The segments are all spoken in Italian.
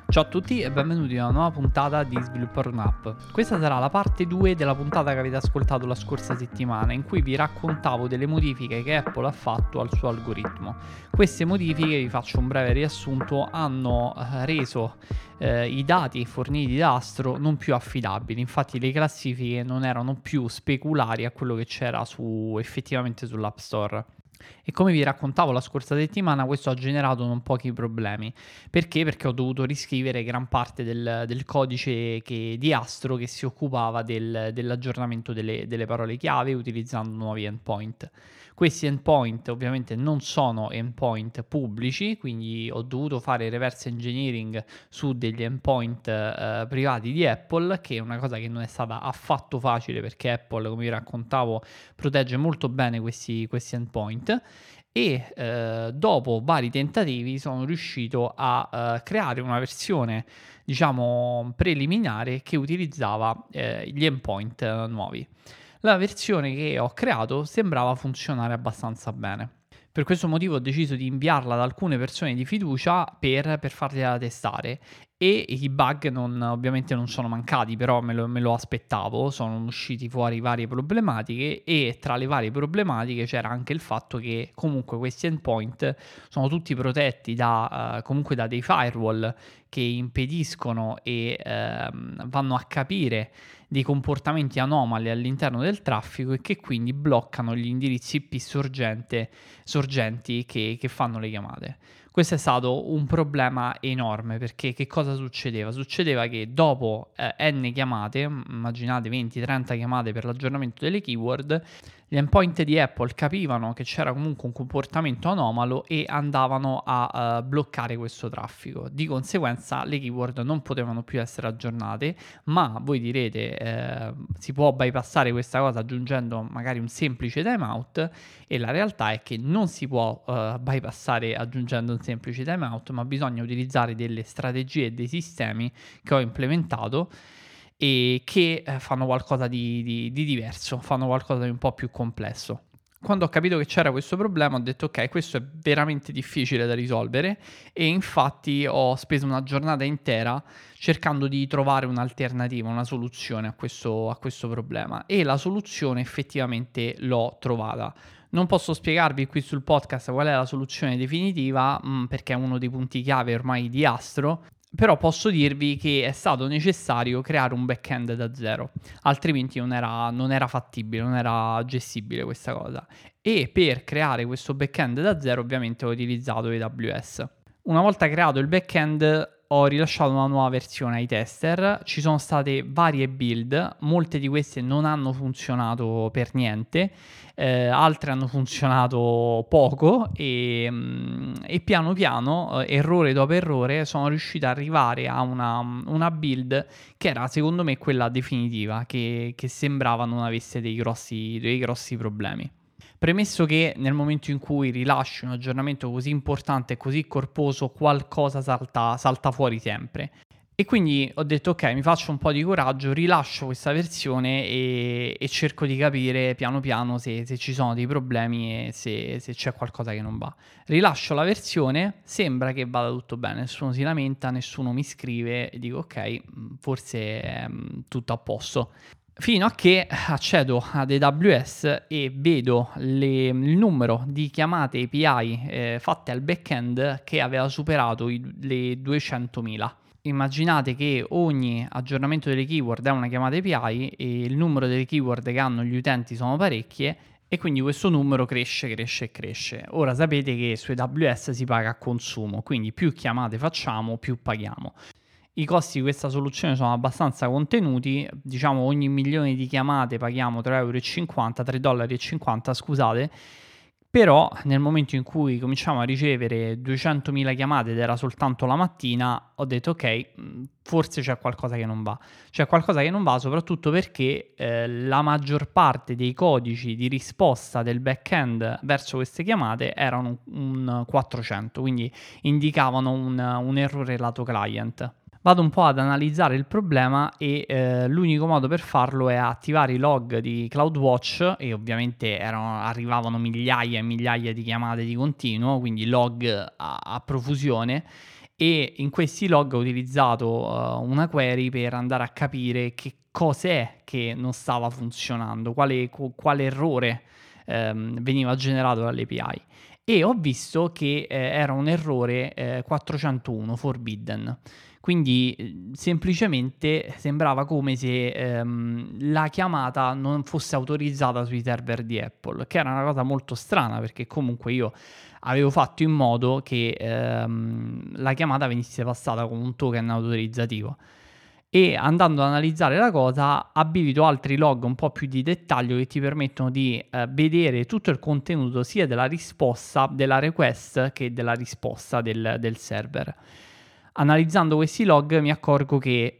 Ciao a tutti e benvenuti a una nuova puntata di Sviluppare un'app. Questa sarà la parte 2 della puntata che avete ascoltato la scorsa settimana, in cui vi raccontavo delle modifiche che Apple ha fatto al suo algoritmo. Queste modifiche, vi faccio un breve riassunto, hanno reso i dati forniti da Astro non più affidabili. Infatti le classifiche non erano più speculari a quello che c'era effettivamente sull'App Store. E come vi raccontavo la scorsa settimana, questo ha generato non pochi problemi. Perché? Perché ho dovuto riscrivere gran parte del codice di Astro che si occupava dell'aggiornamento delle parole chiave utilizzando nuovi endpoint. Questi endpoint ovviamente non sono endpoint pubblici, quindi ho dovuto fare reverse engineering su degli endpoint privati di Apple, che è una cosa che non è stata affatto facile perché Apple, come vi raccontavo, protegge molto bene questi endpoint. E dopo vari tentativi sono riuscito a creare una versione, diciamo, preliminare che utilizzava gli endpoint nuovi. La versione che ho creato sembrava funzionare abbastanza bene. Per questo motivo ho deciso di inviarla ad alcune persone di fiducia per fargliela testare. E i bug ovviamente non sono mancati, però me lo aspettavo, sono usciti fuori varie problematiche e tra le varie problematiche c'era anche il fatto che comunque questi endpoint sono tutti protetti comunque da dei firewall che impediscono e vanno a capire dei comportamenti anomali all'interno del traffico e che quindi bloccano gli indirizzi IP sorgenti che fanno le chiamate. Questo è stato un problema enorme perché che cosa succedeva? Succedeva che dopo n chiamate, immaginate 20-30 chiamate per l'aggiornamento delle keyword, gli endpoint di Apple capivano che c'era comunque un comportamento anomalo e andavano a bloccare questo traffico. Di conseguenza le keyword non potevano più essere aggiornate, ma voi direte si può bypassare questa cosa aggiungendo magari un semplice timeout, e la realtà è che non si può bypassare aggiungendo un semplice timeout, ma bisogna utilizzare delle strategie e dei sistemi che ho implementato e che fanno qualcosa di diverso, fanno qualcosa di un po' più complesso. Quando ho capito che c'era questo problema ho detto ok, questo è veramente difficile da risolvere, e infatti ho speso una giornata intera cercando di trovare un'alternativa, una soluzione a questo problema, e la soluzione effettivamente l'ho trovata. Non posso spiegarvi qui sul podcast qual è la soluzione definitiva, perché è uno dei punti chiave ormai di Astro, però posso dirvi che è stato necessario creare un backend da zero, altrimenti non era fattibile, non era gestibile questa cosa. E per creare questo backend da zero ovviamente ho utilizzato AWS. Una volta creato il backend ho rilasciato una nuova versione ai tester, ci sono state varie build, molte di queste non hanno funzionato per niente, altre hanno funzionato poco e piano piano, errore dopo errore, sono riuscito ad arrivare a una build che era secondo me quella definitiva, che sembrava non avesse dei grossi problemi. Premesso che nel momento in cui rilasci un aggiornamento così importante e così corposo, qualcosa salta fuori sempre. E quindi ho detto ok, mi faccio un po' di coraggio, rilascio questa versione e cerco di capire piano piano se ci sono dei problemi e se c'è qualcosa che non va. Rilascio la versione, sembra che vada tutto bene, nessuno si lamenta, nessuno mi scrive e dico ok, forse è tutto a posto. Fino a che accedo ad AWS e vedo il numero di chiamate API fatte al backend che aveva superato le 200.000. Immaginate che ogni aggiornamento delle keyword è una chiamata API e il numero delle keyword che hanno gli utenti sono parecchie, e quindi questo numero cresce. Ora sapete che su AWS si paga a consumo, quindi più chiamate facciamo, più paghiamo. I costi di questa soluzione sono abbastanza contenuti, diciamo ogni milione di chiamate paghiamo 3,50 dollari, scusate, però nel momento in cui cominciamo a ricevere 200.000 chiamate ed era soltanto la mattina, ho detto ok, forse c'è qualcosa che non va. C'è qualcosa che non va soprattutto perché la maggior parte dei codici di risposta del backend verso queste chiamate erano un 400, quindi indicavano un errore lato client. Vado un po' ad analizzare il problema e l'unico modo per farlo è attivare i log di CloudWatch, e ovviamente arrivavano migliaia e migliaia di chiamate di continuo, quindi log a profusione, e in questi log ho utilizzato una query per andare a capire che cos'è che non stava funzionando, quale errore veniva generato dall'API. E ho visto che era un errore 401 forbidden. Quindi semplicemente sembrava come se la chiamata non fosse autorizzata sui server di Apple, che era una cosa molto strana perché comunque io avevo fatto in modo che la chiamata venisse passata con un token autorizzativo. E andando ad analizzare la cosa, abilito altri log un po' più di dettaglio che ti permettono di vedere tutto il contenuto sia della risposta, della request, che della risposta del server. Analizzando questi log mi accorgo che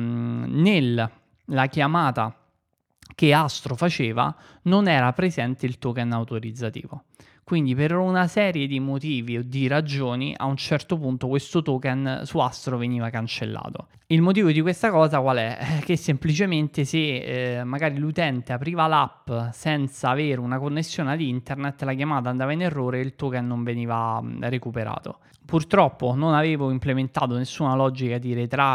nella chiamata che Astro faceva non era presente il token autorizzativo. Quindi per una serie di motivi o di ragioni a un certo punto questo token su Astro veniva cancellato. Il motivo di questa cosa qual è? Che semplicemente se magari l'utente apriva l'app senza avere una connessione ad internet, la chiamata andava in errore e il token non veniva recuperato. Purtroppo non avevo implementato nessuna logica di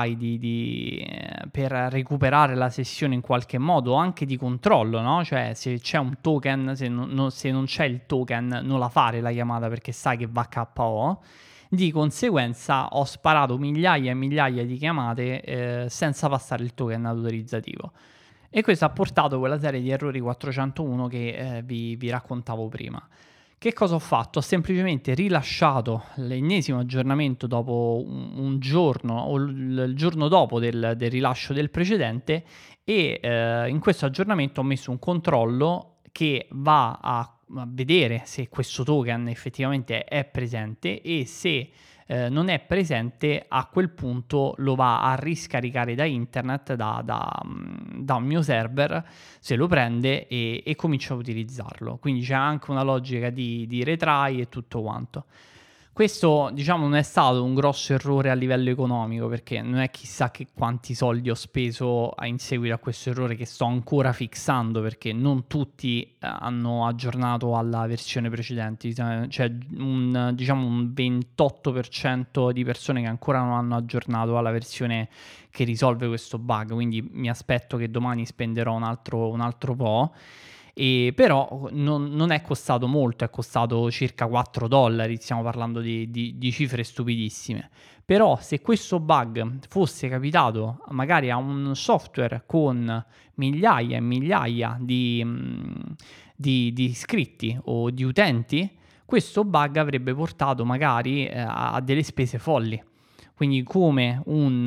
retry per recuperare la sessione in qualche modo, anche di controllo, no? Cioè se c'è un token, se non c'è il token non la fare la chiamata perché sai che va KO. Di conseguenza ho sparato migliaia e migliaia di chiamate senza passare il token autorizzativo. E questo ha portato quella serie di errori 401 che vi raccontavo prima. Che cosa ho fatto? Ho semplicemente rilasciato l'ennesimo aggiornamento dopo un giorno o il giorno dopo del rilascio del precedente e in questo aggiornamento ho messo un controllo che va a vedere se questo token effettivamente è presente e se non è presente, a quel punto lo va a riscaricare da internet, da un mio server, se lo prende e comincia a utilizzarlo. Quindi c'è anche una logica di retry e tutto quanto. Questo, diciamo, non è stato un grosso errore a livello economico, perché non è chissà che quanti soldi ho speso in seguito a questo errore che sto ancora fixando, perché non tutti hanno aggiornato alla versione precedente. C'è diciamo un 28% di persone che ancora non hanno aggiornato alla versione che risolve questo bug, quindi mi aspetto che domani spenderò un altro po'. Però non è costato molto, è costato circa $4, stiamo parlando di cifre stupidissime. Però se questo bug fosse capitato magari a un software con migliaia e migliaia di iscritti o di utenti, questo bug avrebbe portato magari a delle spese folli. Quindi come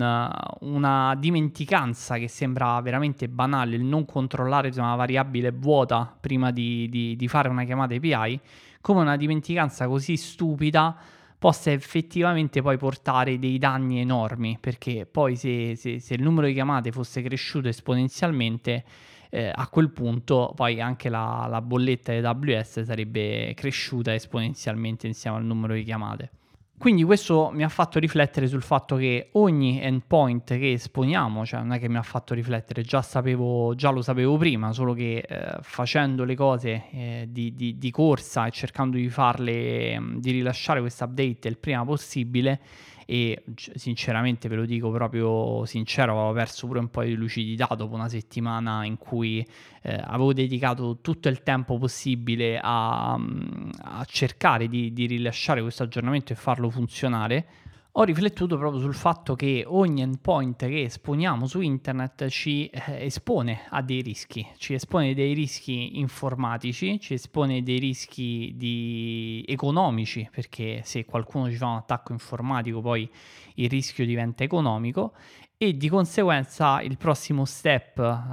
una dimenticanza che sembra veramente banale, il non controllare una variabile vuota prima di fare una chiamata API, come una dimenticanza così stupida possa effettivamente poi portare dei danni enormi, perché poi se il numero di chiamate fosse cresciuto esponenzialmente, a quel punto poi anche la bolletta di AWS sarebbe cresciuta esponenzialmente insieme al numero di chiamate. Quindi questo mi ha fatto riflettere sul fatto che ogni endpoint che esponiamo, cioè non è che mi ha fatto riflettere, già lo sapevo prima, solo che facendo le cose di corsa e cercando di farle, di rilasciare questo update il prima possibile, e sinceramente ve lo dico proprio sincero, avevo perso pure un po' di lucidità dopo una settimana in cui avevo dedicato tutto il tempo possibile a cercare di rilasciare questo aggiornamento e farlo funzionare. Ho riflettuto proprio sul fatto che ogni endpoint che esponiamo su internet ci espone a dei rischi, ci espone dei rischi informatici, ci espone dei rischi economici, perché se qualcuno ci fa un attacco informatico poi il rischio diventa economico e di conseguenza il prossimo step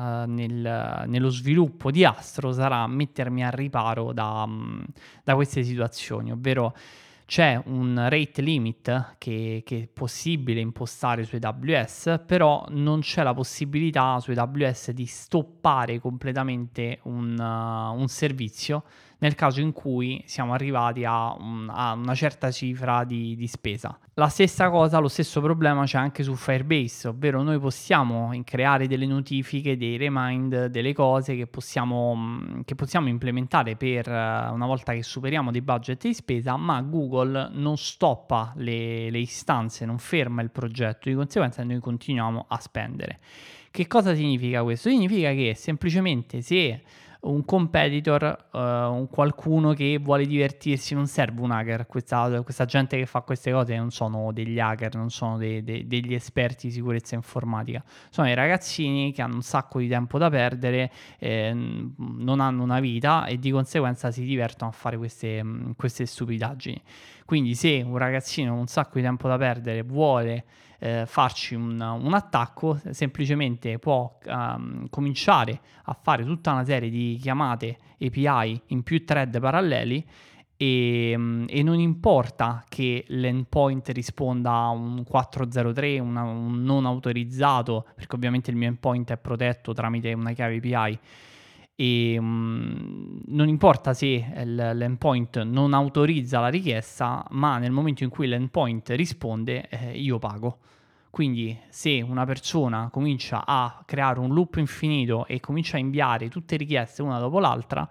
nello sviluppo di Astro sarà mettermi al riparo da queste situazioni, ovvero c'è un rate limit che è possibile impostare su AWS, però non c'è la possibilità su AWS di stoppare completamente un servizio nel caso in cui siamo arrivati a una certa cifra di spesa. La stessa cosa, lo stesso problema c'è anche su Firebase, ovvero noi possiamo creare delle notifiche, dei remind, delle cose che possiamo implementare per una volta che superiamo dei budget di spesa, ma Google non stoppa le istanze, non ferma il progetto, di conseguenza noi continuiamo a spendere. Che cosa significa questo? Significa che semplicemente se un competitor, un qualcuno che vuole divertirsi, non serve un hacker, questa gente che fa queste cose non sono degli hacker, non sono degli esperti di sicurezza informatica, sono dei ragazzini che hanno un sacco di tempo da perdere, non hanno una vita e di conseguenza si divertono a fare queste stupidaggini. Quindi se un ragazzino con un sacco di tempo da perdere vuole farci un attacco, semplicemente può cominciare a fare tutta una serie di chiamate API in più thread paralleli e non importa che l'endpoint risponda a un 403, un non autorizzato, perché ovviamente il mio endpoint è protetto tramite una chiave API. E non importa se l'endpoint non autorizza la richiesta, ma nel momento in cui l'endpoint risponde, io pago. Quindi se una persona comincia a creare un loop infinito e comincia a inviare tutte richieste una dopo l'altra,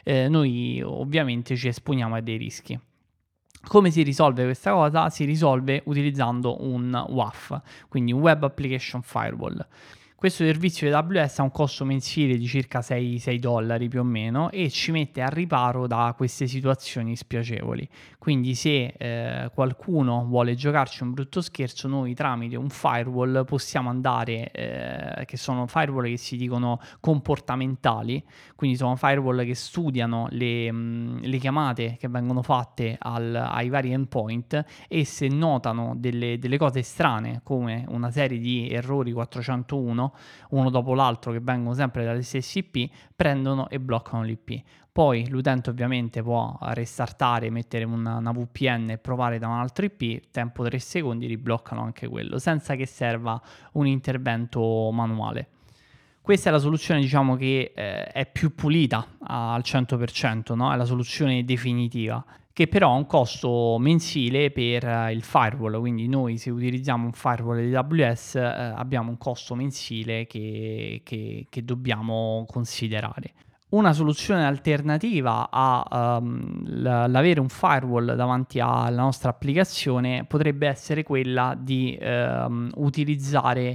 noi ovviamente ci esponiamo a dei rischi. Come si risolve questa cosa? Si risolve utilizzando un WAF, quindi un Web Application Firewall. Questo servizio di AWS ha un costo mensile di circa $6 più o meno e ci mette al riparo da queste situazioni spiacevoli. Quindi se qualcuno vuole giocarci un brutto scherzo, noi tramite un firewall possiamo andare, che sono firewall che si dicono comportamentali, quindi sono firewall che studiano le chiamate che vengono fatte ai vari endpoint e se notano delle cose strane come una serie di errori 401 uno dopo l'altro che vengono sempre dalle stesse IP, prendono e bloccano l'IP. Poi l'utente ovviamente può restartare, mettere una VPN e provare da un altro IP, tempo 3 secondi, ribloccano anche quello, senza che serva un intervento manuale. Questa è la soluzione, diciamo, che è più pulita al 100%, no? È la soluzione definitiva, che però ha un costo mensile per il firewall, quindi noi se utilizziamo un firewall di AWS abbiamo un costo mensile che dobbiamo considerare. Una soluzione alternativa all'avere un firewall davanti alla nostra applicazione potrebbe essere quella di utilizzare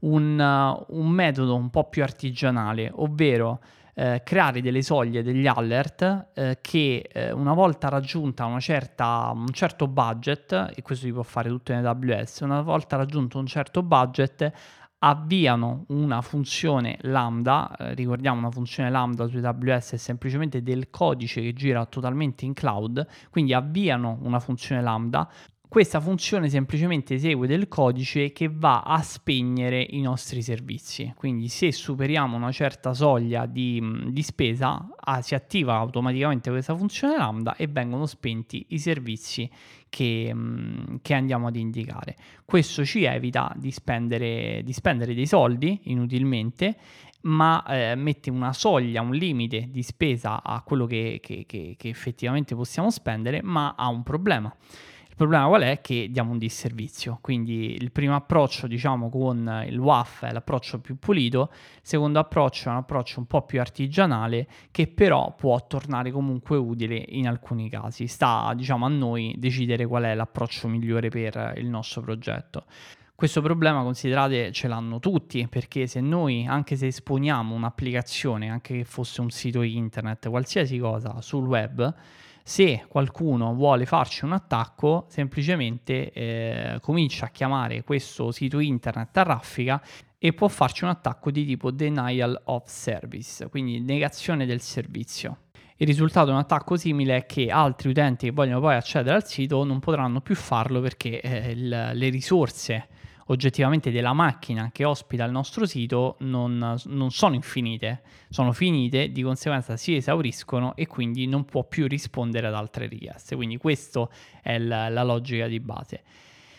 un metodo un po' più artigianale, ovvero creare delle soglie, degli alert che una volta raggiunta un certo budget, e questo si può fare tutto in AWS, una volta raggiunto un certo budget avviano una funzione lambda, ricordiamo una funzione lambda su AWS è semplicemente del codice che gira totalmente in cloud, quindi avviano una funzione lambda. Questa funzione semplicemente esegue del codice che va a spegnere i nostri servizi, quindi se superiamo una certa soglia di spesa si attiva automaticamente questa funzione lambda e vengono spenti i servizi che andiamo ad indicare. Questo ci evita di spendere dei soldi inutilmente, ma mette una soglia, un limite di spesa a quello che effettivamente possiamo spendere, ma ha un problema. Il problema qual è? Che diamo un disservizio, quindi il primo approccio, diciamo, con il WAF è l'approccio più pulito, il secondo approccio è un approccio un po' più artigianale che però può tornare comunque utile in alcuni casi. Sta, diciamo, a noi decidere qual è l'approccio migliore per il nostro progetto. Questo problema, considerate, ce l'hanno tutti, perché se noi, anche se esponiamo un'applicazione, anche che fosse un sito internet, qualsiasi cosa sul web, se qualcuno vuole farci un attacco, semplicemente comincia a chiamare questo sito internet a raffica e può farci un attacco di tipo denial of service, quindi negazione del servizio. Il risultato di un attacco simile è che altri utenti che vogliono poi accedere al sito non potranno più farlo perché le risorse oggettivamente della macchina che ospita il nostro sito non sono infinite, sono finite, di conseguenza si esauriscono e quindi non può più rispondere ad altre richieste. Quindi questa è la logica di base.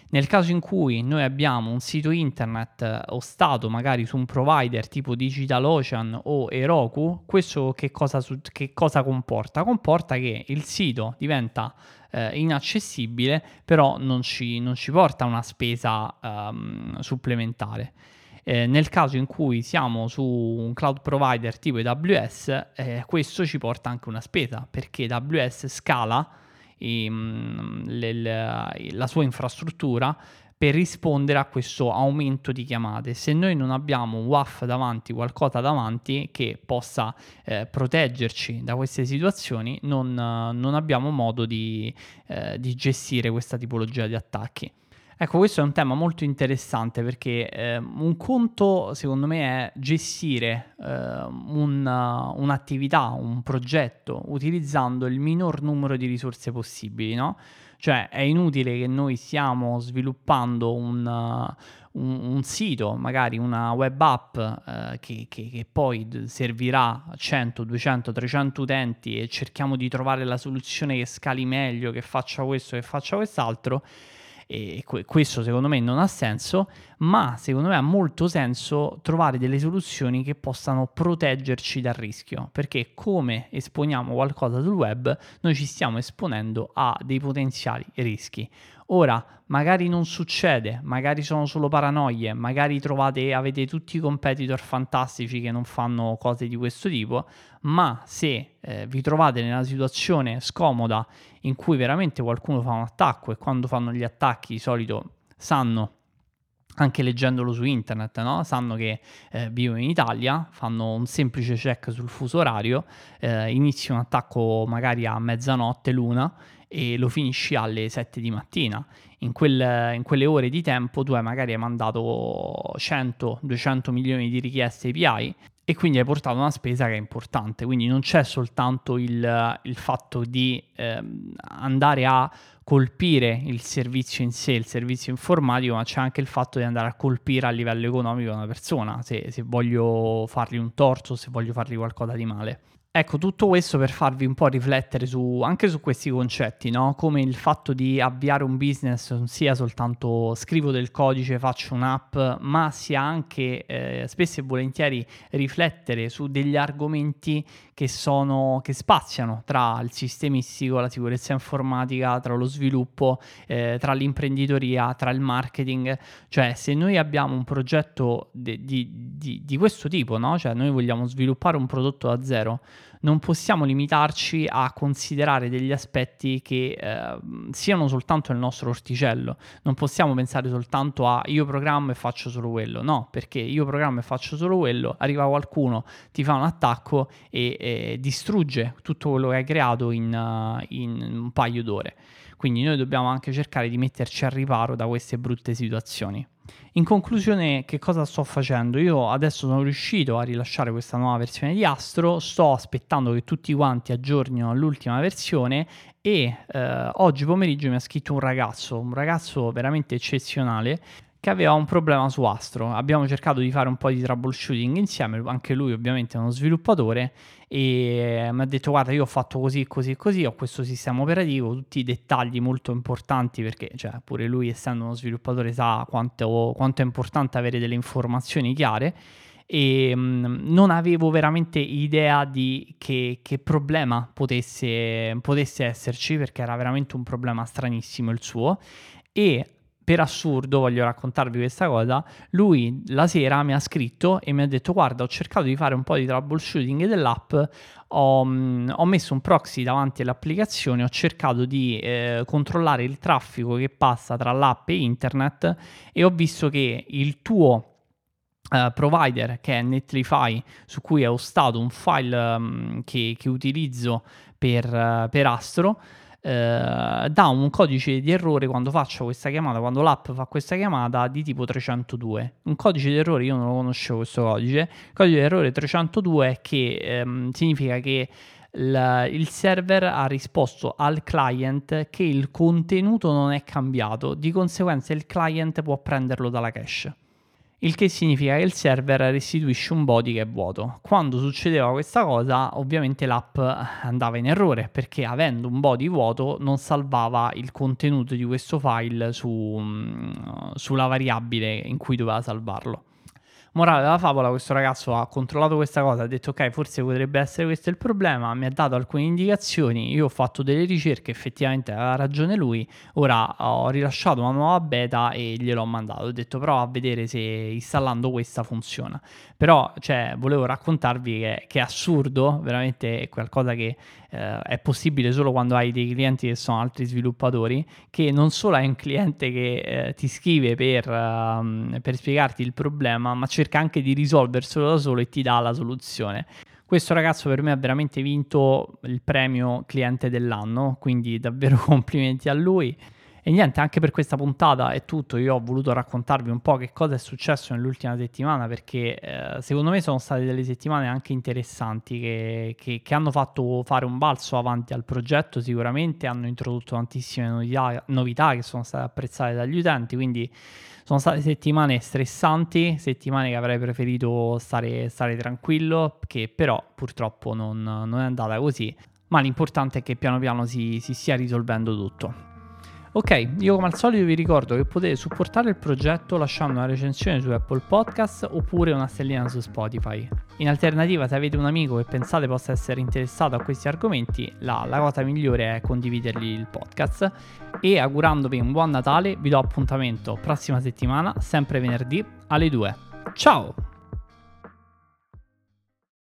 Nel caso in cui noi abbiamo un sito internet ostato magari su un provider tipo DigitalOcean o Heroku, questo che cosa comporta? Comporta che il sito diventa inaccessibile, però non ci porta una spesa supplementare. Nel caso in cui siamo su un cloud provider tipo AWS, questo ci porta anche una spesa, perché AWS scala la sua infrastruttura per rispondere a questo aumento di chiamate. Se noi non abbiamo un WAF davanti, qualcosa davanti che possa proteggerci da queste situazioni, non abbiamo modo di gestire questa tipologia di attacchi. Ecco, questo è un tema molto interessante perché un conto, secondo me, è gestire un'attività, un progetto, utilizzando il minor numero di risorse possibili, no? Cioè è inutile che noi stiamo sviluppando un sito, magari una web app che poi servirà a 100, 200, 300 utenti e cerchiamo di trovare la soluzione che scali meglio, che faccia questo, che faccia quest'altro. E questo secondo me non ha senso, ma secondo me ha molto senso trovare delle soluzioni che possano proteggerci dal rischio, perché come esponiamo qualcosa sul web, noi ci stiamo esponendo a dei potenziali rischi. Ora, magari non succede, magari sono solo paranoie, magari avete tutti i competitor fantastici che non fanno cose di questo tipo, ma se vi trovate nella situazione scomoda in cui veramente qualcuno fa un attacco, e quando fanno gli attacchi di solito sanno, anche leggendolo su internet, no? Sanno che vivono in Italia, fanno un semplice check sul fuso orario, inizi un attacco magari a mezzanotte, l'una, e lo finisci alle 7 di mattina. In quelle ore di tempo tu magari hai mandato 100-200 milioni di richieste API e quindi hai portato una spesa che è importante. Quindi non c'è soltanto il fatto di andare a colpire il servizio in sé, il servizio informatico, ma c'è anche il fatto di andare a colpire a livello economico una persona, se voglio fargli un torto, se voglio fargli qualcosa di male. Ecco, tutto questo per farvi un po' riflettere anche su questi concetti, no? Come il fatto di avviare un business non sia soltanto scrivo del codice, faccio un'app, ma sia anche spesso e volentieri riflettere su degli argomenti che spaziano tra il sistemistico, la sicurezza informatica, tra lo sviluppo, tra l'imprenditoria, tra il marketing. Cioè, se noi abbiamo un progetto di questo tipo, no? Cioè, noi vogliamo sviluppare un prodotto da zero, non possiamo limitarci a considerare degli aspetti che siano soltanto nel nostro orticello. Non possiamo pensare soltanto a io programmo e faccio solo quello. No, perché io programmo e faccio solo quello, arriva qualcuno, ti fa un attacco e distrugge tutto quello che hai creato in un paio d'ore. Quindi noi dobbiamo anche cercare di metterci al riparo da queste brutte situazioni. In conclusione, che cosa sto facendo? Io adesso sono riuscito a rilasciare questa nuova versione di Astro, sto aspettando che tutti quanti aggiornino all'ultima versione e oggi pomeriggio mi ha scritto un ragazzo veramente eccezionale, che aveva un problema su Astro. Abbiamo cercato di fare un po' di troubleshooting insieme, anche lui ovviamente è uno sviluppatore, e mi ha detto guarda, io ho fatto così, così, così, ho questo sistema operativo, tutti i dettagli molto importanti, perché cioè, pure lui essendo uno sviluppatore sa quanto è importante avere delle informazioni chiare, e non avevo veramente idea di che problema potesse esserci, perché era veramente un problema stranissimo il suo. E per assurdo, voglio raccontarvi questa cosa, lui la sera mi ha scritto e mi ha detto guarda, ho cercato di fare un po' di troubleshooting dell'app, ho messo un proxy davanti all'applicazione, ho cercato di controllare il traffico che passa tra l'app e internet e ho visto che il tuo provider, che è Netlify, su cui è hostato un file che utilizzo per Astro, dà un codice di errore quando faccio questa chiamata, quando l'app fa questa chiamata, di tipo 302. Un codice di errore, io non lo conoscevo questo codice. Il codice di errore 302 è che significa che il server ha risposto al client che il contenuto non è cambiato, di conseguenza il client può prenderlo dalla cache. Il che significa che il server restituisce un body che è vuoto. Quando succedeva questa cosa, ovviamente l'app andava in errore, perché avendo un body vuoto non salvava il contenuto di questo file sulla variabile in cui doveva salvarlo. Morale della favola, questo ragazzo ha controllato questa cosa, ha detto ok, forse potrebbe essere questo il problema, mi ha dato alcune indicazioni, io ho fatto delle ricerche, effettivamente aveva ragione lui, ora ho rilasciato una nuova beta e gliel'ho mandato, ho detto prova a vedere se installando questa funziona. Però, cioè, volevo raccontarvi che è assurdo, veramente è qualcosa che è possibile solo quando hai dei clienti che sono altri sviluppatori, che non solo hai un cliente che ti scrive per spiegarti il problema, ma cerca anche di risolverselo da solo e ti dà la soluzione. Questo ragazzo per me ha veramente vinto il premio cliente dell'anno, quindi davvero complimenti a lui. E niente, anche per questa puntata è tutto. Io ho voluto raccontarvi un po' che cosa è successo nell'ultima settimana perché secondo me sono state delle settimane anche interessanti che hanno fatto fare un balzo avanti al progetto sicuramente, hanno introdotto tantissime novità che sono state apprezzate dagli utenti, quindi sono state settimane stressanti, settimane che avrei preferito stare tranquillo, che però purtroppo non è andata così, ma l'importante è che piano piano si stia risolvendo tutto. Ok, io come al solito vi ricordo che potete supportare il progetto lasciando una recensione su Apple Podcast oppure una stellina su Spotify. In alternativa, se avete un amico che pensate possa essere interessato a questi argomenti, la cosa migliore è condividergli il podcast. E augurandovi un buon Natale, vi do appuntamento prossima settimana, sempre venerdì alle 2. Ciao!